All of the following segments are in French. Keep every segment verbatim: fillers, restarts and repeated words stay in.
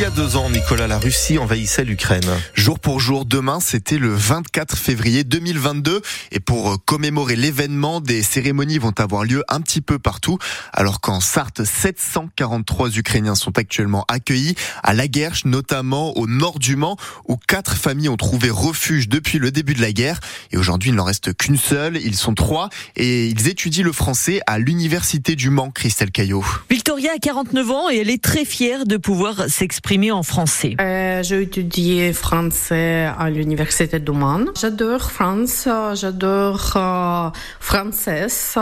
y a deux ans, Nicolas, la Russie envahissait l'Ukraine. Jour pour jour, demain, c'était le vingt-quatre février deux mille vingt-deux. Et pour commémorer l'événement, des cérémonies vont avoir lieu un petit peu partout. Alors qu'en Sarthe, sept cent quarante-trois Ukrainiens sont actuellement accueillis à Laguerche, notamment au nord du Mans, où quatre familles ont trouvé refuge depuis le début de la guerre. Et aujourd'hui, il n'en reste qu'une seule. Ils sont trois et ils étudient le français à l'université du Mans, Christelle Caillot. Victoria a quarante-neuf ans et elle est très fière de pouvoir s'exprimer en français. Euh, j'ai étudié français à l'université du Mans. J'adore France, j'adore euh, française.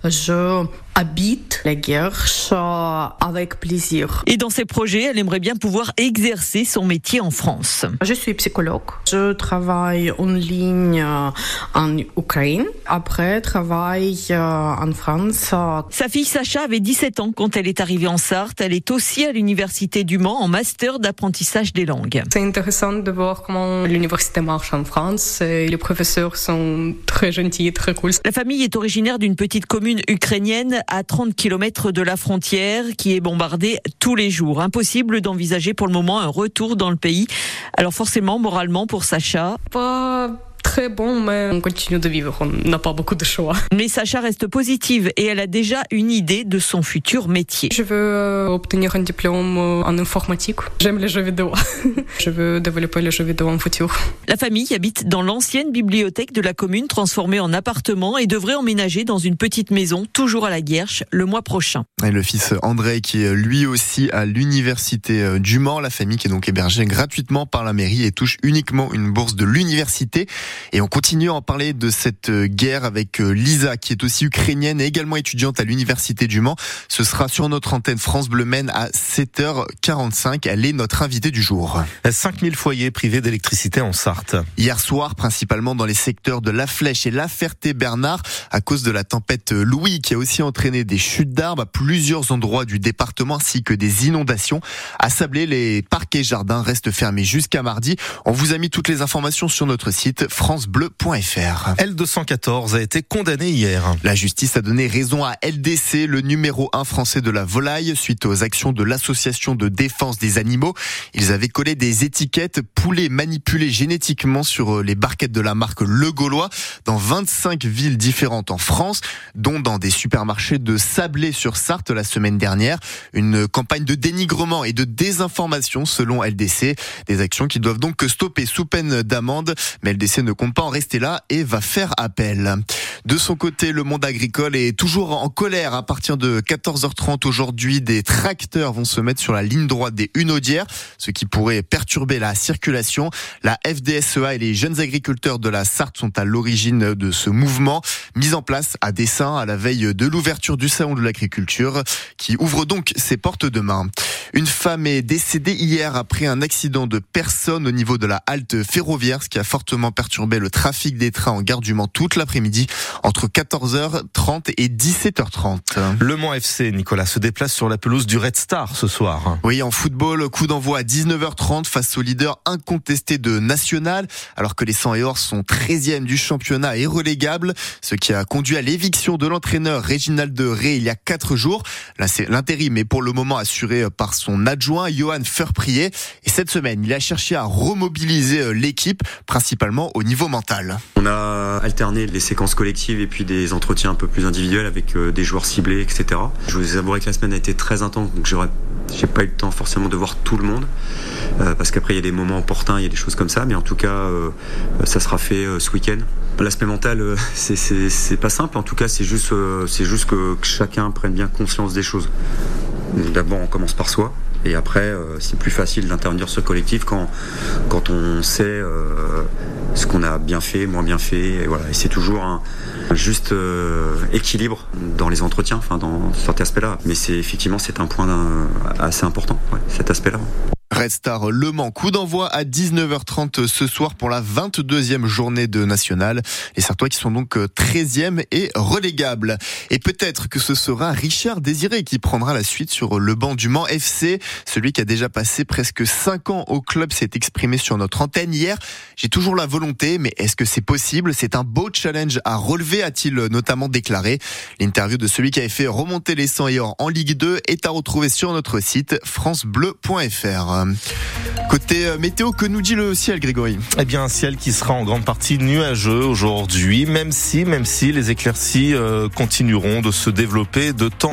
Je habite Laguerche euh, avec plaisir. Et dans ses projets, elle aimerait bien pouvoir exercer son métier en France. Je suis psychologue. Je travaille en ligne en Ukraine. Après, travaille en France. Sa fille Sacha avait dix-sept ans quand elle est arrivée en Sarthe. Elle est aussi à l'université du Mans en master d'apprentissage des langues. C'est intéressant de voir comment l'université marche en France. Et les professeurs sont très gentils, très cool. La famille est originaire d'une petite commune ukrainienne à trente kilomètres de la frontière qui est bombardée tous les jours. Impossible d'envisager pour le moment un retour dans le pays. Alors forcément, moralement, pour Sacha... Pas très bon, mais on continue de vivre, on n'a pas beaucoup de choix. Mais Sacha reste positive et elle a déjà une idée de son futur métier. Je veux obtenir un diplôme en informatique. J'aime les jeux vidéo. Je veux développer les jeux vidéo en futur. La famille habite dans l'ancienne bibliothèque de la commune transformée en appartement et devrait emménager dans une petite maison, toujours à Laguerche, le mois prochain. Et le fils André qui est lui aussi à l'université du Mans, la famille qui est donc hébergée gratuitement par la mairie et touche uniquement une bourse de l'université. Et on continue à en parler de cette guerre avec Lisa, qui est aussi ukrainienne et également étudiante à l'université du Mans. Ce sera sur notre antenne France Bleu Maine à sept heures quarante-cinq. Elle est notre invitée du jour. cinq mille foyers privés d'électricité en Sarthe. Hier soir, principalement dans les secteurs de La Flèche et La Ferté-Bernard, à cause de la tempête Louis, qui a aussi entraîné des chutes d'arbres à plusieurs endroits du département, ainsi que des inondations. À Sablé, les parcs et jardins restent fermés jusqu'à mardi. On vous a mis toutes les informations sur notre site francebleu point f r. L deux cent quatorze a été condamné hier. La justice a donné raison à L D C, le numéro un français de la volaille, suite aux actions de l'association de défense des animaux. Ils avaient collé des étiquettes poulet manipulé génétiquement sur les barquettes de la marque Le Gaulois dans vingt-cinq villes différentes en France, dont dans des supermarchés de Sablé-sur-Sarthe la semaine dernière. Une campagne de dénigrement et de désinformation selon L D C. Des actions qui doivent donc stopper sous peine d'amende. Mais L D C ne compte pas en rester là et va faire appel. De son côté, le monde agricole est toujours en colère. À partir de quatorze heures trente aujourd'hui, des tracteurs vont se mettre sur la ligne droite des Hunaudières, ce qui pourrait perturber la circulation. La F D S E A et les jeunes agriculteurs de la Sarthe sont à l'origine de ce mouvement, mis en place à dessein à la veille de l'ouverture du salon de l'agriculture, qui ouvre donc ses portes demain. Une femme est décédée hier après un accident de personne au niveau de la halte ferroviaire, ce qui a fortement perturbé le trafic des trains en gare du Mans toute l'après-midi entre quatorze heures trente et dix-sept heures trente. Le Mans F C, Nicolas, se déplace sur la pelouse du Red Star ce soir. Oui, en football, coup d'envoi à dix-neuf heures trente face au leader incontesté de National, alors que les cent et or sont treizième du championnat et relégables, ce qui a conduit à l'éviction de l'entraîneur Réginald de Ré il y a quatre jours. Là, c'est l'intérim est pour le moment assuré par son adjoint Johan Ferprier. Et cette semaine, il a cherché à remobiliser l'équipe, principalement au niveau mental. On a alterné les séquences collectives et puis des entretiens un peu plus individuels avec des joueurs ciblés, et cetera. Je vous avouerai que la semaine a été très intense, donc j'aurais, j'ai pas eu le temps forcément de voir tout le monde, euh, parce qu'après il y a des moments opportuns, il y a des choses comme ça, mais en tout cas, euh, ça sera fait euh, ce week-end. L'aspect mental, euh, c'est, c'est, c'est pas simple, en tout cas, c'est juste, euh, c'est juste que, que chacun prenne bien conscience des choses. Donc, d'abord, on commence par soi. Et après, euh, c'est plus facile d'intervenir sur le collectif quand, quand on sait euh, ce qu'on a bien fait, moins bien fait. Et, voilà. Et c'est toujours un, un juste euh, équilibre dans les entretiens, enfin dans cet aspect-là. Mais c'est effectivement c'est un point assez important, ouais, cet aspect-là. Red Star Le Mans, coup d'envoi à dix-neuf heures trente ce soir pour la vingt-deuxième journée de National. Les Sartois qui sont donc treizième et relégables. Et peut-être que ce sera Richard Désiré qui prendra la suite sur le banc du Mans F C. Celui qui a déjà passé presque cinq ans au club s'est exprimé sur notre antenne hier. J'ai toujours la volonté, mais est-ce que c'est possible ? C'est un beau challenge à relever, a-t-il notamment déclaré. L'interview de celui qui avait fait remonter les cent et or en Ligue deux est à retrouver sur notre site francebleu point f r. Côté météo, que nous dit le ciel, Grégory ? Eh bien, un ciel qui sera en grande partie nuageux aujourd'hui, même si, même si les éclaircies euh, continueront de se développer de temps